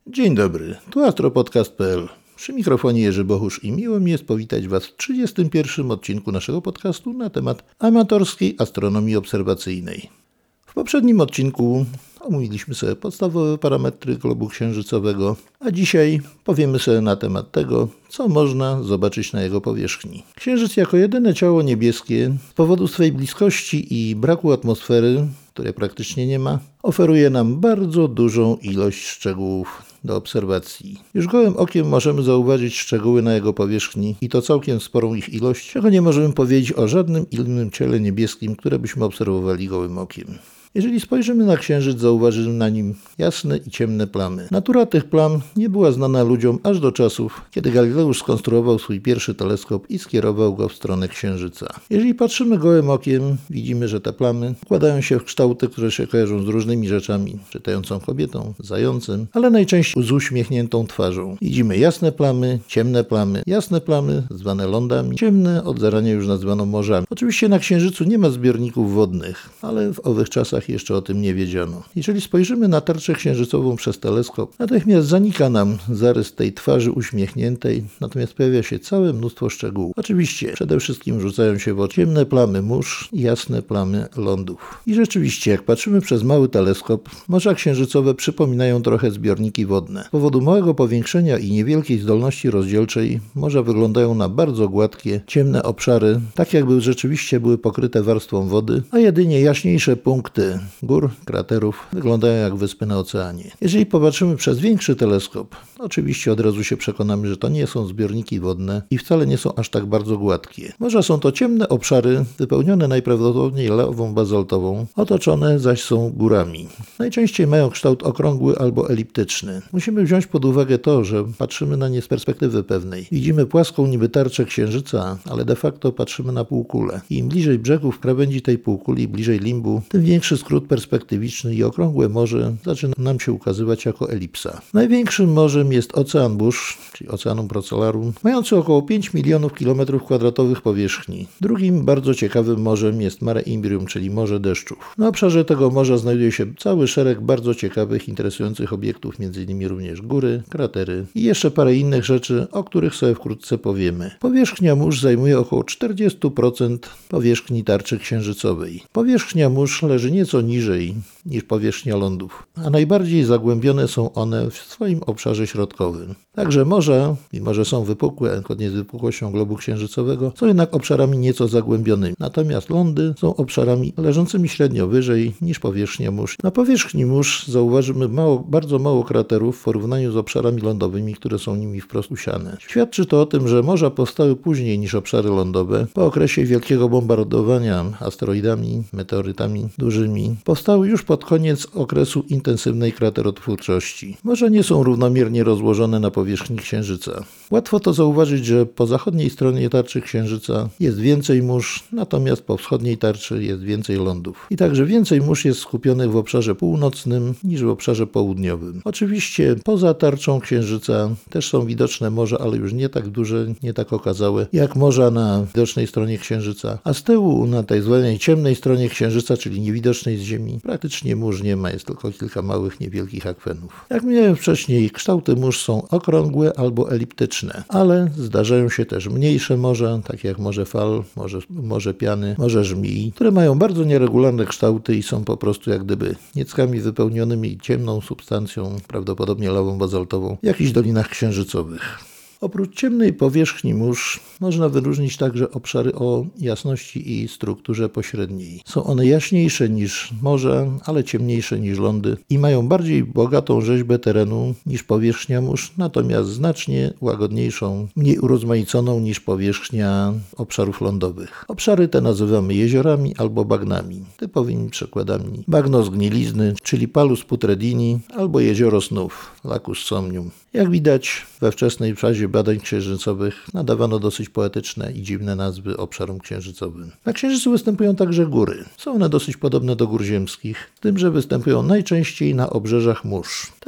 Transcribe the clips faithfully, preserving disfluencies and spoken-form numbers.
Dzień dobry, tu astropodcast kropka p l. Przy mikrofonie Jerzy Bochusz i miło mi jest powitać Was w trzydziestym pierwszym odcinku naszego podcastu na temat amatorskiej astronomii obserwacyjnej. W poprzednim odcinku omówiliśmy sobie podstawowe parametry globu księżycowego, a dzisiaj powiemy sobie na temat tego, co można zobaczyć na jego powierzchni. Księżyc jako jedyne ciało niebieskie z powodu swej bliskości i braku atmosfery, której praktycznie nie ma, oferuje nam bardzo dużą ilość szczegółów do obserwacji. Już gołym okiem możemy zauważyć szczegóły na jego powierzchni i to całkiem sporą ich ilość, czego nie możemy powiedzieć o żadnym innym ciele niebieskim, które byśmy obserwowali gołym okiem. Jeżeli spojrzymy na Księżyc, zauważymy na nim jasne i ciemne plamy. Natura tych plam nie była znana ludziom aż do czasów, kiedy Galileusz skonstruował swój pierwszy teleskop i skierował go w stronę Księżyca. Jeżeli patrzymy gołym okiem, widzimy, że te plamy układają się w kształty, które się kojarzą z różnymi rzeczami, czytającą kobietą, zającem, ale najczęściej z uśmiechniętą twarzą. Widzimy jasne plamy, ciemne plamy, jasne plamy zwane lądami, ciemne od zarania już nazwano morzami. Oczywiście na Księżycu nie ma zbiorników wodnych, ale w owych czasach jeszcze o tym nie wiedziano. Jeżeli spojrzymy na tarczę księżycową przez teleskop, natychmiast zanika nam zarys tej twarzy uśmiechniętej, natomiast pojawia się całe mnóstwo szczegółów. Oczywiście przede wszystkim rzucają się w oczy ciemne plamy mórz i jasne plamy lądów. I rzeczywiście, jak patrzymy przez mały teleskop, morza księżycowe przypominają trochę zbiorniki wodne. Z powodu małego powiększenia i niewielkiej zdolności rozdzielczej morza wyglądają na bardzo gładkie, ciemne obszary, tak jakby rzeczywiście były pokryte warstwą wody, a jedynie jaśniejsze punkty gór, kraterów wyglądają jak wyspy na oceanie. Jeżeli popatrzymy przez większy teleskop, oczywiście od razu się przekonamy, że to nie są zbiorniki wodne i wcale nie są aż tak bardzo gładkie. Morza są to ciemne obszary wypełnione najprawdopodobniej lawą bazaltową, otoczone zaś są górami. Najczęściej mają kształt okrągły albo eliptyczny. Musimy wziąć pod uwagę to, że patrzymy na nie z perspektywy pewnej. Widzimy płaską niby tarczę Księżyca, ale de facto patrzymy na półkulę. Im bliżej brzegów krawędzi tej półkuli, bliżej limbu, tym większy skrót perspektywiczny i okrągłe morze zaczyna nam się ukazywać jako elipsa. Największym morzem jest Ocean Bush, czyli Oceanum Procellarum, mający około pięć milionów kilometrów kwadratowych powierzchni. Drugim bardzo ciekawym morzem jest Mare Imbrium, czyli Morze Deszczów. Na obszarze tego morza znajduje się cały szereg bardzo ciekawych, interesujących obiektów, m.in. również góry, kratery i jeszcze parę innych rzeczy, o których sobie wkrótce powiemy. Powierzchnia mórz zajmuje około czterdzieści procent powierzchni tarczy księżycowej. Powierzchnia mórz leży nieco niżej niż powierzchnia lądów, a najbardziej zagłębione są one w swoim obszarze środkowym. Także morza, mimo że są wypukłe, zgodnie z wypukłością globu księżycowego, są jednak obszarami nieco zagłębionymi. Natomiast lądy są obszarami leżącymi średnio wyżej niż powierzchnia mórz. Na powierzchni mórz zauważymy mało, bardzo mało kraterów w porównaniu z obszarami lądowymi, które są nimi wprost usiane. Świadczy to o tym, że morza powstały później niż obszary lądowe. Po okresie wielkiego bombardowania asteroidami, meteorytami dużymi, powstały już pod koniec okresu intensywnej kraterotwórczości. Morza nie są równomiernie rozłożone na powierzchni Księżyca. Łatwo to zauważyć, że po zachodniej stronie tarczy Księżyca jest więcej mórz, natomiast po wschodniej tarczy jest więcej lądów. I także więcej mórz jest skupionych w obszarze północnym niż w obszarze południowym. Oczywiście poza tarczą Księżyca też są widoczne morza, ale już nie tak duże, nie tak okazałe, jak morza na widocznej stronie Księżyca. A z tyłu, na tej zwanej ciemnej stronie Księżyca, czyli niewidocznej z Ziemi, praktycznie mórz nie ma, jest tylko kilka małych, niewielkich akwenów. Jak mówiłem wcześniej, kształty mórz są okrągłe albo eliptyczne, ale zdarzają się też mniejsze morza, takie jak Morze Fal, Morze, morze Piany, Morze Żmii, które mają bardzo nieregularne kształty i są po prostu jak gdyby nieckami wypełnionymi ciemną substancją, prawdopodobnie lawą bazaltową, w jakichś dolinach księżycowych. Oprócz ciemnej powierzchni mórz można wyróżnić także obszary o jasności i strukturze pośredniej. Są one jaśniejsze niż morza, ale ciemniejsze niż lądy i mają bardziej bogatą rzeźbę terenu niż powierzchnia mórz, natomiast znacznie łagodniejszą, mniej urozmaiconą niż powierzchnia obszarów lądowych. Obszary te nazywamy jeziorami albo bagnami. Typowymi przykładami bagno z gnilizny, czyli Palus putredini, albo jezioro snów, Lacus somnium. Jak widać, we wczesnej fazie badań księżycowych nadawano dosyć poetyczne i dziwne nazwy obszarom księżycowym. Na Księżycu występują także góry. Są one dosyć podobne do gór ziemskich, z tym że występują najczęściej na obrzeżach mórz.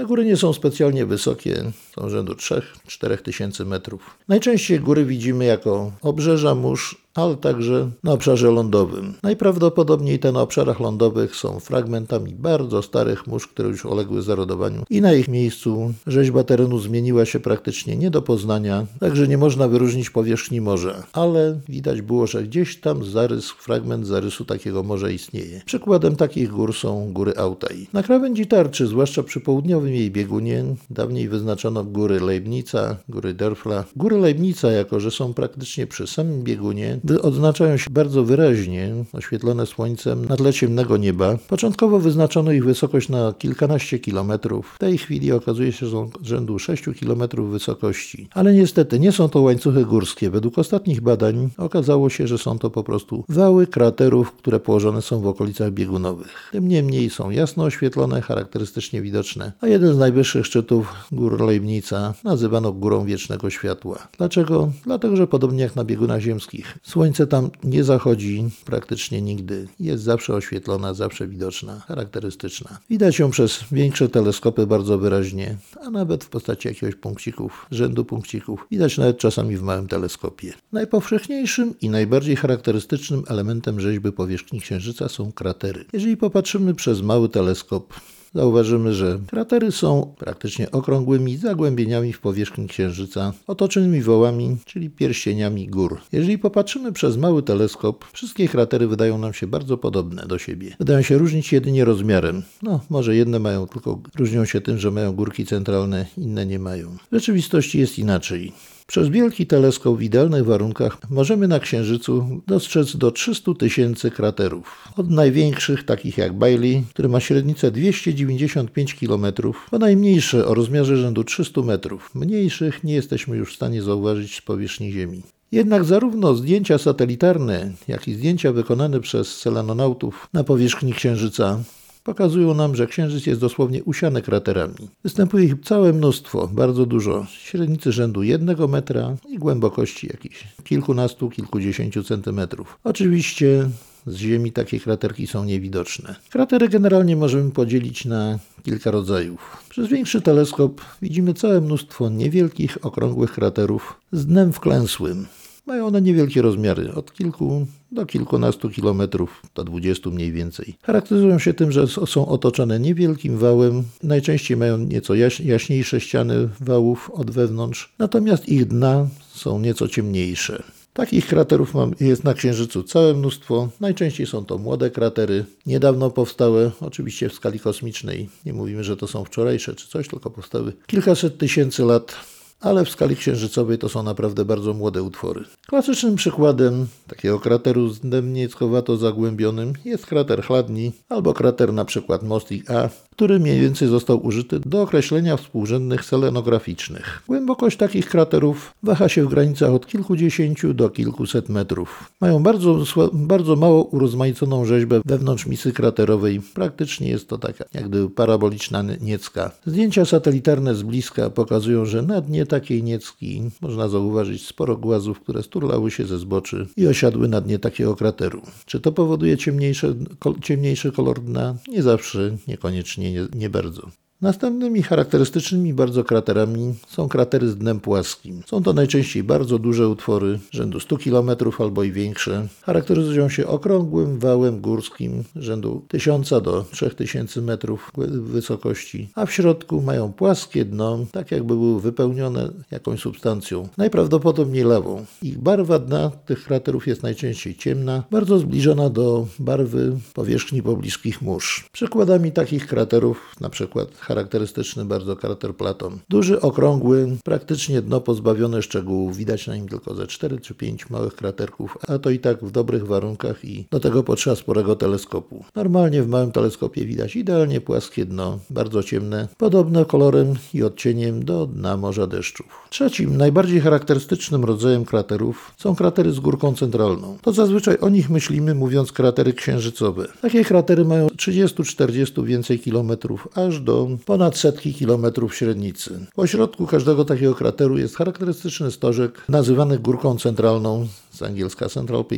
Te góry nie są specjalnie wysokie, są rzędu trzy do czterech tysięcy metrów. Najczęściej góry widzimy jako obrzeża mórz, ale także na obszarze lądowym. Najprawdopodobniej te na obszarach lądowych są fragmentami bardzo starych mórz, które już uległy zarodowaniu i na ich miejscu rzeźba terenu zmieniła się praktycznie nie do poznania, także nie można wyróżnić powierzchni morza, ale widać było, że gdzieś tam zarys, fragment zarysu takiego morza istnieje. Przykładem takich gór są góry Autaj. Na krawędzi tarczy, zwłaszcza przy południowym jej biegunie, dawniej wyznaczono góry Leibnica, góry Dörfla. Góry Leibnica, jako że są praktycznie przy samym biegunie, odznaczają się bardzo wyraźnie, oświetlone słońcem na tle ciemnego nieba. Początkowo wyznaczono ich wysokość na kilkanaście kilometrów. W tej chwili okazuje się, że są rzędu sześciu kilometrów wysokości. Ale niestety nie są to łańcuchy górskie. Według ostatnich badań okazało się, że są to po prostu wały kraterów, które położone są w okolicach biegunowych. Tym niemniej są jasno oświetlone, charakterystycznie widoczne, a jeden z najwyższych szczytów gór Leibnica nazywano Górą Wiecznego Światła. Dlaczego? Dlatego, że podobnie jak na biegunach ziemskich, słońce tam nie zachodzi praktycznie nigdy. Jest zawsze oświetlona, zawsze widoczna, charakterystyczna. Widać ją przez większe teleskopy bardzo wyraźnie, a nawet w postaci jakiegoś punkcików, rzędu punkcików. Widać nawet czasami w małym teleskopie. Najpowszechniejszym i najbardziej charakterystycznym elementem rzeźby powierzchni Księżyca są kratery. Jeżeli popatrzymy przez mały teleskop, zauważymy, że kratery są praktycznie okrągłymi zagłębieniami w powierzchni Księżyca, otoczonymi wołami, czyli pierścieniami gór. Jeżeli popatrzymy przez mały teleskop, wszystkie kratery wydają nam się bardzo podobne do siebie. Wydają się różnić jedynie rozmiarem. No, może jedne mają tylko, różnią się tym, że mają górki centralne, inne nie mają. W rzeczywistości jest inaczej. Przez wielki teleskop w idealnych warunkach możemy na Księżycu dostrzec do trzystu tysięcy kraterów. Od największych, takich jak Bailey, który ma średnicę dwieście dziewięćdziesiąt pięć kilometrów, po najmniejsze o rozmiarze rzędu trzystu metrów. Mniejszych nie jesteśmy już w stanie zauważyć z powierzchni Ziemi. Jednak zarówno zdjęcia satelitarne, jak i zdjęcia wykonane przez selenonautów na powierzchni Księżyca pokazują nam, że Księżyc jest dosłownie usiany kraterami. Występuje ich całe mnóstwo, bardzo dużo, średnicy rzędu jednego metra i głębokości jakichś kilkunastu, kilkudziesięciu centymetrów. Oczywiście z Ziemi takie kraterki są niewidoczne. Kratery generalnie możemy podzielić na kilka rodzajów. Przez większy teleskop widzimy całe mnóstwo niewielkich, okrągłych kraterów z dnem wklęsłym. Mają one niewielkie rozmiary, od kilku do kilkunastu kilometrów, do dwudziestu mniej więcej. Charakteryzują się tym, że są otoczone niewielkim wałem, najczęściej mają nieco jaś jaśniejsze ściany wałów od wewnątrz, natomiast ich dna są nieco ciemniejsze. Takich kraterów jest na Księżycu całe mnóstwo. Najczęściej są to młode kratery, niedawno powstałe, oczywiście w skali kosmicznej. Nie mówimy, że to są wczorajsze czy coś, tylko powstały kilkaset tysięcy lat. Ale w skali księżycowej to są naprawdę bardzo młode utwory. Klasycznym przykładem takiego krateru z dnem nieckowato zagłębionym jest krater Chladni albo krater na przykład Mostig A, który mniej więcej został użyty do określenia współrzędnych selenograficznych. Głębokość takich kraterów waha się w granicach od kilkudziesięciu do kilkuset metrów. Mają bardzo, bardzo mało urozmaiconą rzeźbę wewnątrz misy kraterowej. Praktycznie jest to taka jak gdyby paraboliczna niecka. Zdjęcia satelitarne z bliska pokazują, że na dnie takiej niecki można zauważyć sporo głazów, które sturlały się ze zboczy i osiadły na dnie takiego krateru. Czy to powoduje ciemniejsze, kol, ciemniejszy kolor dna? Nie zawsze, niekoniecznie, nie, nie bardzo. Następnymi charakterystycznymi bardzo kraterami są kratery z dnem płaskim. Są to najczęściej bardzo duże utwory, rzędu stu kilometrów albo i większe. Charakteryzują się okrągłym wałem górskim, rzędu tysiąca do trzech tysięcy metrów wysokości, a w środku mają płaskie dno, tak jakby były wypełnione jakąś substancją, najprawdopodobniej lawą. Ich barwa dna tych kraterów jest najczęściej ciemna, bardzo zbliżona do barwy powierzchni pobliskich mórz. Przykładami takich kraterów na przykład charakterystyczny bardzo krater Platon. Duży, okrągły, praktycznie dno pozbawione szczegółów. Widać na nim tylko ze cztery czy pięć małych kraterków, a to i tak w dobrych warunkach i do tego potrzeba sporego teleskopu. Normalnie w małym teleskopie widać idealnie płaskie dno, bardzo ciemne, podobne kolorem i odcieniem do dna Morza Deszczów. Trzecim, najbardziej charakterystycznym rodzajem kraterów są kratery z górką centralną. To zazwyczaj o nich myślimy, mówiąc kratery księżycowe. Takie kratery mają trzydzieści czterdzieści więcej kilometrów, aż do ponad setki kilometrów średnicy. Po środku każdego takiego krateru jest charakterystyczny stożek nazywany górką centralną, z angielska Central Peak.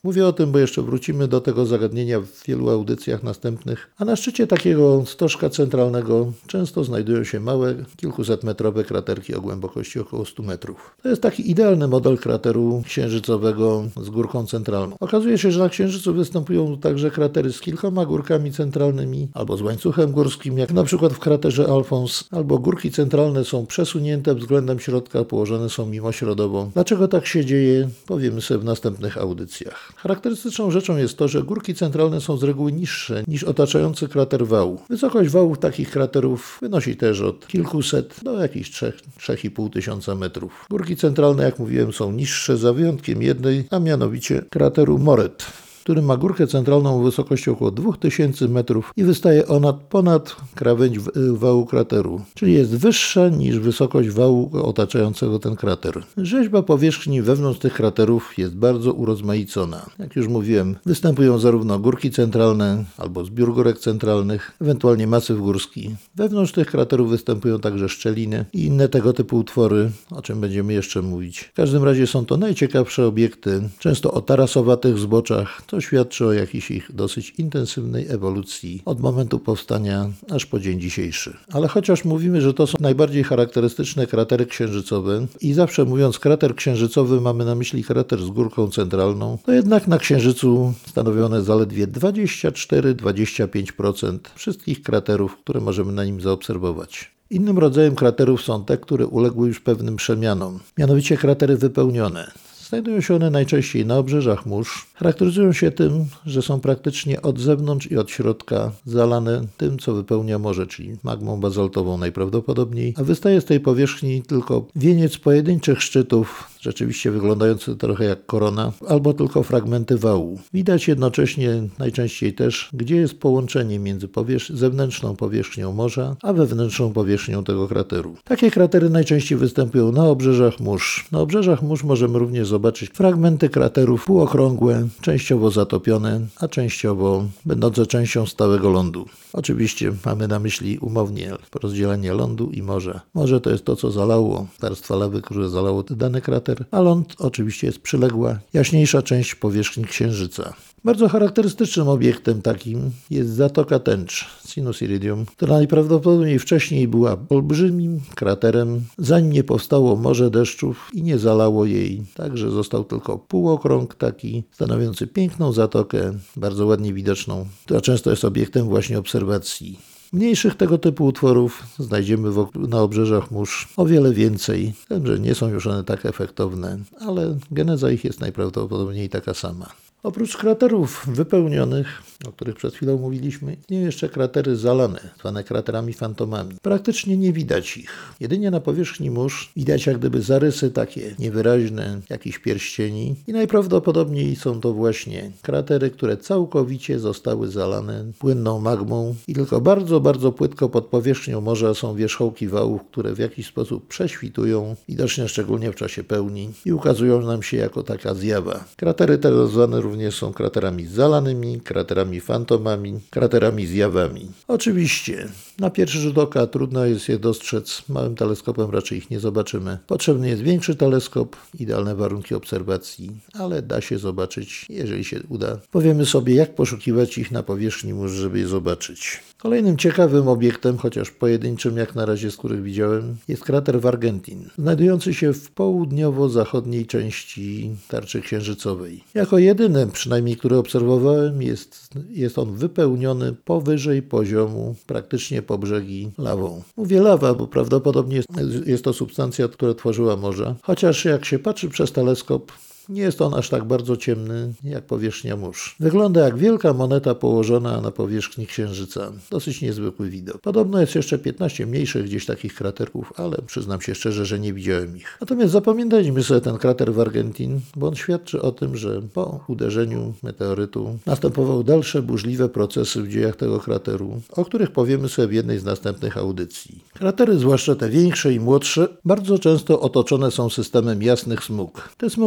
Mówię o tym, bo jeszcze wrócimy do tego zagadnienia w wielu audycjach następnych, a na szczycie takiego stożka centralnego często znajdują się małe, kilkusetmetrowe kraterki o głębokości około stu metrów. To jest taki idealny model krateru księżycowego z górką centralną. Okazuje się, że na Księżycu występują także kratery z kilkoma górkami centralnymi albo z łańcuchem górskim, jak na przykład w kraterze Alphons, albo górki centralne są przesunięte względem środka, położone są mimośrodowo. Dlaczego tak się dzieje, powiemy sobie w następnych audycjach. Charakterystyczną rzeczą jest to, że górki centralne są z reguły niższe niż otaczający krater wału. Wysokość wałów takich kraterów wynosi też od kilkuset do jakichś trzech, trzech i pół tysiąca metrów. Górki centralne, jak mówiłem, są niższe za wyjątkiem jednej, a mianowicie krateru Moret, który ma górkę centralną o wysokości około dwóch tysięcy metrów i wystaje ona ponad krawędź wału krateru, czyli jest wyższa niż wysokość wału otaczającego ten krater. Rzeźba powierzchni wewnątrz tych kraterów jest bardzo urozmaicona. Jak już mówiłem, występują zarówno górki centralne albo zbiór górek centralnych, ewentualnie masyw górski. Wewnątrz tych kraterów występują także szczeliny i inne tego typu utwory, o czym będziemy jeszcze mówić. W każdym razie są to najciekawsze obiekty, często o tarasowatych zboczach. To świadczy o jakiejś ich dosyć intensywnej ewolucji od momentu powstania aż po dzień dzisiejszy. Ale chociaż mówimy, że to są najbardziej charakterystyczne kratery księżycowe i zawsze mówiąc krater księżycowy mamy na myśli krater z górką centralną, to jednak na Księżycu stanowią one zaledwie dwadzieścia cztery do dwudziestu pięciu procent wszystkich kraterów, które możemy na nim zaobserwować. Innym rodzajem kraterów są te, które uległy już pewnym przemianom, mianowicie kratery wypełnione. Znajdują się one najczęściej na obrzeżach mórz. Charakteryzują się tym, że są praktycznie od zewnątrz i od środka zalane tym, co wypełnia morze, czyli magmą bazaltową najprawdopodobniej, a wystaje z tej powierzchni tylko wieniec pojedynczych szczytów, rzeczywiście wyglądający trochę jak korona, albo tylko fragmenty wału. Widać jednocześnie najczęściej też, gdzie jest połączenie między powierz- zewnętrzną powierzchnią morza, a wewnętrzną powierzchnią tego krateru. Takie kratery najczęściej występują na obrzeżach mórz. Na obrzeżach mórz możemy również zobaczyć fragmenty kraterów półokrągłe, częściowo zatopione, a częściowo będące częścią stałego lądu. Oczywiście mamy na myśli umownie rozdzielenie lądu i morza. Morze to jest to, co zalało, warstwa lawy, które zalało dany krater, a ląd oczywiście jest przyległa, jaśniejsza część powierzchni Księżyca. Bardzo charakterystycznym obiektem takim jest Zatoka Tench, Sinus Iridium, która najprawdopodobniej wcześniej była olbrzymim kraterem, zanim nie powstało morze deszczów i nie zalało jej. Także został tylko półokrąg taki, stanowiący piękną zatokę, bardzo ładnie widoczną, która często jest obiektem właśnie obserwacji. Mniejszych tego typu utworów znajdziemy wokół, na obrzeżach mórz o wiele więcej, tym, że nie są już one tak efektowne, ale geneza ich jest najprawdopodobniej taka sama. Oprócz kraterów wypełnionych, o których przed chwilą mówiliśmy, istnieją jeszcze kratery zalane, zwane kraterami fantomami. Praktycznie nie widać ich. Jedynie na powierzchni mórz widać jak gdyby zarysy takie niewyraźne, jakichś pierścieni i najprawdopodobniej są to właśnie kratery, które całkowicie zostały zalane płynną magmą i tylko bardzo, bardzo płytko pod powierzchnią morza są wierzchołki wałów, które w jakiś sposób prześwitują, widocznie szczególnie w czasie pełni i ukazują nam się jako taka zjawa. Kratery te zwane również są kraterami zalanymi, kraterami fantomami, kraterami zjawami. Oczywiście, na pierwszy rzut oka trudno jest je dostrzec, małym teleskopem raczej ich nie zobaczymy. Potrzebny jest większy teleskop, idealne warunki obserwacji, ale da się zobaczyć, jeżeli się uda. Powiemy sobie, jak poszukiwać ich na powierzchni mórz, żeby je zobaczyć. Kolejnym ciekawym obiektem, chociaż pojedynczym jak na razie, z których widziałem, jest krater Wargentin, znajdujący się w południowo-zachodniej części tarczy księżycowej. Jako jedyny, przynajmniej który obserwowałem, jest, jest on wypełniony powyżej poziomu, praktycznie po brzegi lawą. Mówię lawa, bo prawdopodobnie jest, jest to substancja, która tworzyła morza, chociaż jak się patrzy przez teleskop, nie jest on aż tak bardzo ciemny jak powierzchnia mórz. Wygląda jak wielka moneta położona na powierzchni Księżyca. Dosyć niezwykły widok. Podobno jest jeszcze piętnaście mniejszych gdzieś takich kraterów, ale przyznam się szczerze, że nie widziałem ich. Natomiast zapamiętajmy sobie ten krater Wargentin, bo on świadczy o tym, że po uderzeniu meteorytu następowały dalsze burzliwe procesy w dziejach tego krateru, o których powiemy sobie w jednej z następnych audycji. Kratery, zwłaszcza te większe i młodsze, bardzo często otoczone są systemem jasnych smug. Te smugi widać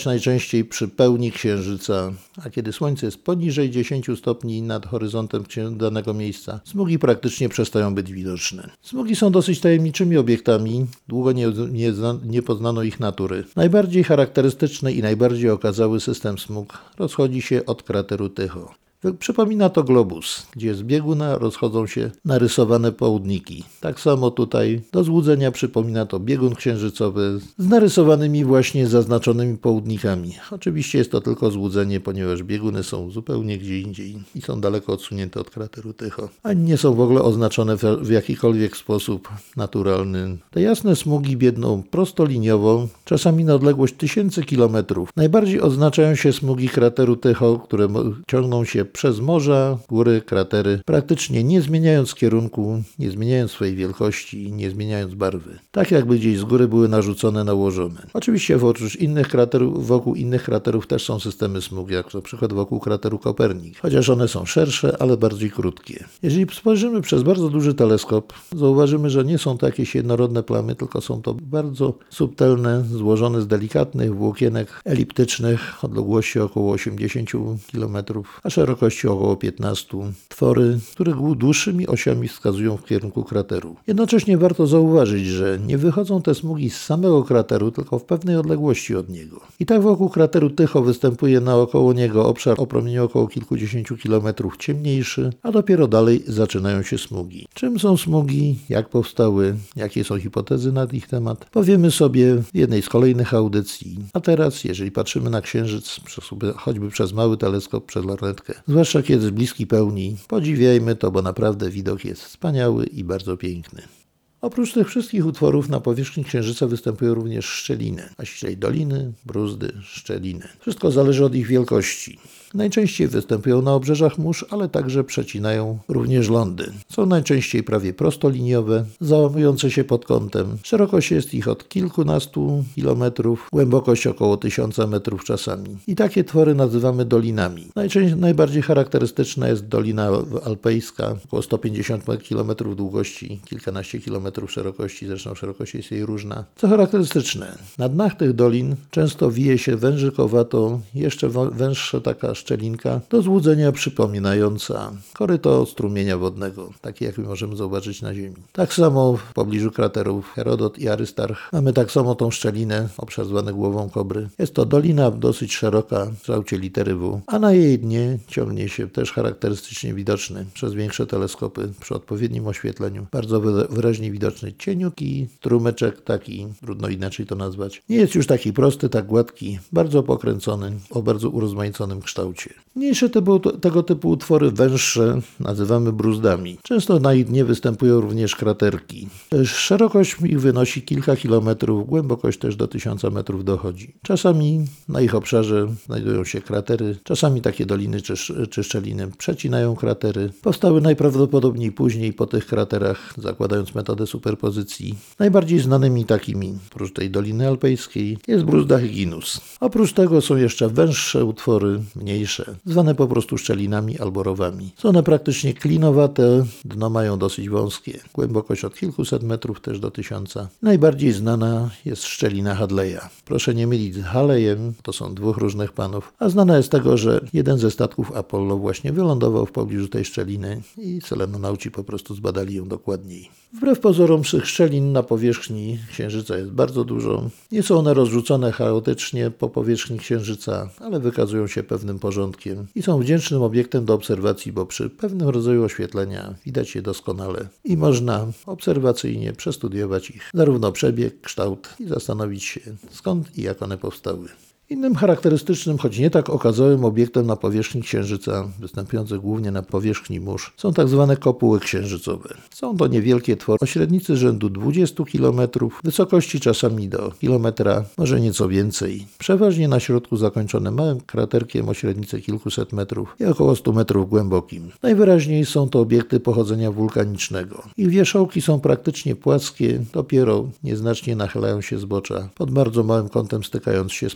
występować najczęściej przy pełni księżyca, a kiedy słońce jest poniżej dziesięć stopni nad horyzontem danego miejsca, smugi praktycznie przestają być widoczne. Smugi są dosyć tajemniczymi obiektami, długo nie, nie, nie poznano ich natury. Najbardziej charakterystyczny i najbardziej okazały system smug rozchodzi się od krateru Tycho. Przypomina to globus, gdzie z bieguna rozchodzą się narysowane południki. Tak samo tutaj do złudzenia przypomina to biegun księżycowy z narysowanymi właśnie zaznaczonymi południkami. Oczywiście jest to tylko złudzenie, ponieważ bieguny są zupełnie gdzie indziej i są daleko odsunięte od krateru Tycho, ani nie są w ogóle oznaczone w jakikolwiek sposób naturalny. Te jasne smugi biegną prostoliniowo, czasami na odległość tysięcy kilometrów. Najbardziej oznaczają się smugi krateru Tycho, które ciągną się przez morza, góry, kratery, praktycznie nie zmieniając kierunku, nie zmieniając swojej wielkości, nie zmieniając barwy. Tak jakby gdzieś z góry były narzucone, nałożone. Oczywiście oprócz innych kraterów, wokół innych kraterów też są systemy smug, jak na przykład wokół krateru Kopernik, chociaż one są szersze, ale bardziej krótkie. Jeżeli spojrzymy przez bardzo duży teleskop, zauważymy, że nie są to jakieś jednorodne plamy, tylko są to bardzo subtelne, złożone z delikatnych włókienek eliptycznych, odległości około osiemdziesiąt kilometrów, a szerokości około piętnaście, twory, które dłuższymi osiami wskazują w kierunku krateru. Jednocześnie warto zauważyć, że nie wychodzą te smugi z samego krateru, tylko w pewnej odległości od niego. I tak wokół krateru Tycho występuje naokoło niego obszar o promieniu około kilkudziesięciu kilometrów ciemniejszy, a dopiero dalej zaczynają się smugi. Czym są smugi, jak powstały, jakie są hipotezy na ich temat, powiemy sobie w jednej z kolejnych audycji. A teraz, jeżeli patrzymy na Księżyc, choćby przez mały teleskop, przez lornetkę, zwłaszcza kiedy jest bliski pełni, podziwiajmy to, bo naprawdę widok jest wspaniały i bardzo piękny. Oprócz tych wszystkich utworów na powierzchni Księżyca występują również szczeliny, a ściślej doliny, bruzdy, szczeliny. Wszystko zależy od ich wielkości. Najczęściej występują na obrzeżach mórz, ale także przecinają również lądy. Są najczęściej prawie prostoliniowe, załamujące się pod kątem. Szerokość jest ich od kilkunastu kilometrów, głębokość około tysiąca metrów czasami. I takie twory nazywamy dolinami. Najczęściej, najbardziej charakterystyczna jest Dolina Alpejska, około sto pięćdziesiąt kilometrów długości, kilkanaście kilometrów szerokości, zresztą szerokość jest jej różna. Co charakterystyczne, na dnach tych dolin często wije się wężykowato, jeszcze węższa taka szczelinka, do złudzenia przypominająca koryto strumienia wodnego, takie jak możemy zobaczyć na Ziemi. Tak samo w pobliżu kraterów Herodot i Arystarch mamy tak samo tą szczelinę, obszar zwany głową kobry. Jest to dolina dosyć szeroka, w kształcie litery W, a na jej dnie ciągnie się też charakterystycznie widoczny przez większe teleskopy przy odpowiednim oświetleniu, bardzo wyraźnie widoczny cieniuki strumyczek, taki, trudno inaczej to nazwać. Nie jest już taki prosty, tak gładki, bardzo pokręcony, o bardzo urozmaiconym kształcie. Mniejsze typu, tego typu utwory węższe nazywamy bruzdami. Często na ich dnie występują również kraterki. Szerokość ich wynosi kilka kilometrów, głębokość też do tysiąca metrów dochodzi. Czasami na ich obszarze znajdują się kratery, czasami takie doliny czy, czy szczeliny przecinają kratery. Powstały najprawdopodobniej później po tych kraterach, zakładając metodę superpozycji. Najbardziej znanymi takimi, oprócz tej Doliny Alpejskiej, jest bruzda Hyginus. Oprócz tego są jeszcze węższe utwory, mniejsze, zwane po prostu szczelinami albo rowami. Są one praktycznie klinowate, dno mają dosyć wąskie, głębokość od kilkuset metrów też do tysiąca. Najbardziej znana jest szczelina Hadleya. Proszę nie mylić z Halejem, to są dwóch różnych panów, a znana jest z tego, że jeden ze statków Apollo właśnie wylądował w pobliżu tej szczeliny i selenonauci po prostu zbadali ją dokładniej. Wbrew pozorom tych szczelin na powierzchni Księżyca jest bardzo dużo. Nie są one rozrzucone chaotycznie po powierzchni Księżyca, ale wykazują się pewnym porządkiem i są wdzięcznym obiektem do obserwacji, bo przy pewnym rodzaju oświetlenia widać je doskonale i można obserwacyjnie przestudiować ich zarówno przebieg, kształt i zastanowić się, skąd i jak one powstały. Innym charakterystycznym, choć nie tak okazałym obiektem na powierzchni Księżyca, występujących głównie na powierzchni mórz, są tak zwane kopuły księżycowe. Są to niewielkie twory o średnicy rzędu dwudziestu kilometrów, wysokości czasami do kilometra, może nieco więcej. Przeważnie na środku zakończone małym kraterkiem o średnicy kilkuset metrów i około stu metrów głębokim. Najwyraźniej są to obiekty pochodzenia wulkanicznego. Ich wierzchołki są praktycznie płaskie, dopiero nieznacznie nachylają się zbocza, pod bardzo małym kątem stykając się z powierzchnią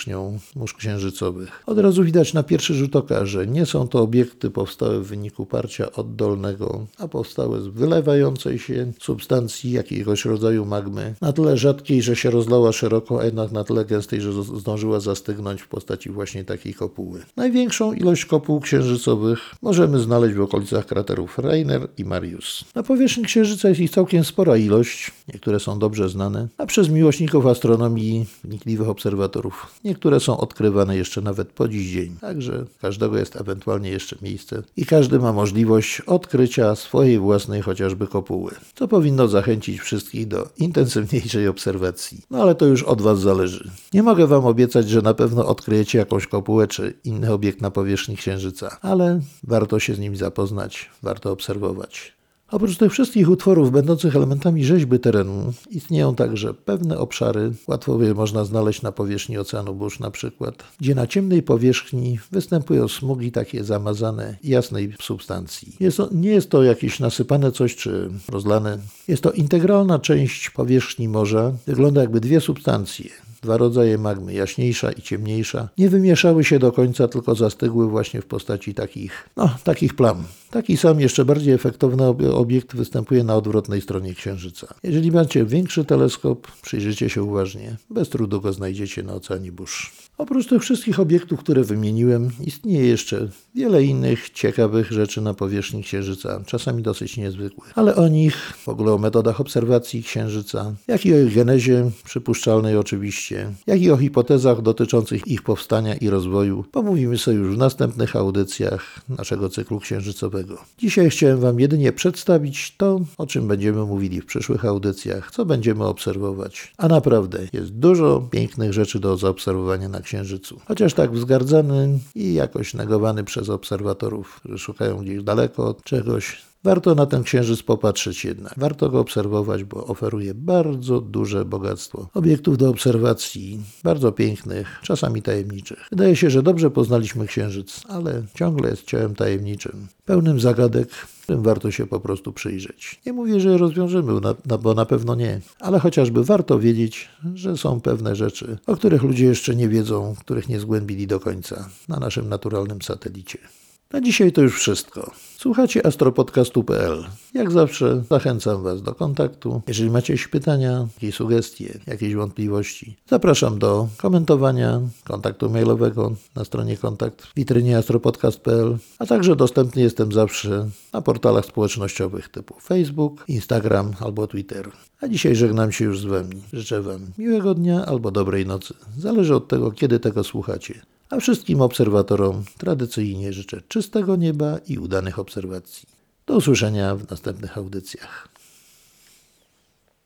powierzchnią mórz księżycowych. Od razu widać na pierwszy rzut oka, że nie są to obiekty powstałe w wyniku parcia oddolnego, a powstałe z wylewającej się substancji jakiegoś rodzaju magmy, na tyle rzadkiej, że się rozlała szeroko, a jednak na tyle gęstej, że zdążyła zastygnąć w postaci właśnie takiej kopuły. Największą ilość kopuł księżycowych możemy znaleźć w okolicach kraterów Rainer i Marius. Na powierzchni Księżyca jest ich całkiem spora ilość, niektóre są dobrze znane, a przez miłośników astronomii, wnikliwych obserwatorów, niektóre są odkrywane jeszcze nawet po dziś dzień. Także każdego jest ewentualnie jeszcze miejsce i każdy ma możliwość odkrycia swojej własnej chociażby kopuły, co powinno zachęcić wszystkich do intensywniejszej obserwacji. No ale to już od Was zależy. Nie mogę Wam obiecać, że na pewno odkryjecie jakąś kopułę czy inny obiekt na powierzchni Księżyca, ale warto się z nim zapoznać, warto obserwować. Oprócz tych wszystkich utworów będących elementami rzeźby terenu, istnieją także pewne obszary, łatwo je można znaleźć na powierzchni Oceanu Burz na przykład, gdzie na ciemnej powierzchni występują smugi takie zamazane jasnej substancji. Jest to, nie jest to jakieś nasypane coś czy rozlane, jest to integralna część powierzchni morza, wygląda jakby dwie substancje. Dwa rodzaje magmy, jaśniejsza i ciemniejsza, nie wymieszały się do końca, tylko zastygły właśnie w postaci takich, no, takich plam. Taki sam, jeszcze bardziej efektowny obiekt występuje na odwrotnej stronie Księżyca. Jeżeli macie większy teleskop, przyjrzyjcie się uważnie, bez trudu go znajdziecie na Oceanie Burz. Oprócz tych wszystkich obiektów, które wymieniłem, istnieje jeszcze wiele innych ciekawych rzeczy na powierzchni Księżyca, czasami dosyć niezwykłych. Ale o nich, w ogóle o metodach obserwacji Księżyca, jak i o ich genezie, przypuszczalnej oczywiście, jak i o hipotezach dotyczących ich powstania i rozwoju, pomówimy sobie już w następnych audycjach naszego cyklu księżycowego. Dzisiaj chciałem Wam jedynie przedstawić to, o czym będziemy mówili w przyszłych audycjach, co będziemy obserwować. A naprawdę jest dużo pięknych rzeczy do zaobserwowania na Księżycu. Chociaż tak wzgardzany i jakoś negowany przez obserwatorów, którzy szukają gdzieś daleko od czegoś, warto na ten Księżyc popatrzeć jednak. Warto go obserwować, bo oferuje bardzo duże bogactwo obiektów do obserwacji, bardzo pięknych, czasami tajemniczych. Wydaje się, że dobrze poznaliśmy Księżyc, ale ciągle jest ciałem tajemniczym, pełnym zagadek, którym warto się po prostu przyjrzeć. Nie mówię, że je rozwiążemy, bo na pewno nie, ale chociażby warto wiedzieć, że są pewne rzeczy, o których ludzie jeszcze nie wiedzą, których nie zgłębili do końca na naszym naturalnym satelicie. Na dzisiaj to już wszystko. Słuchacie astropodcastu kropka p l. Jak zawsze zachęcam Was do kontaktu. Jeżeli macie jakieś pytania, jakieś sugestie, jakieś wątpliwości, zapraszam do komentowania, kontaktu mailowego na stronie kontakt w witrynie astropodcast kropka p l, a także dostępny jestem zawsze na portalach społecznościowych typu Facebook, Instagram albo Twitter. A dzisiaj żegnam się już z Wami. Życzę Wam miłego dnia albo dobrej nocy. Zależy od tego, kiedy tego słuchacie. A wszystkim obserwatorom tradycyjnie życzę czystego nieba i udanych obserwacji. Do usłyszenia w następnych audycjach.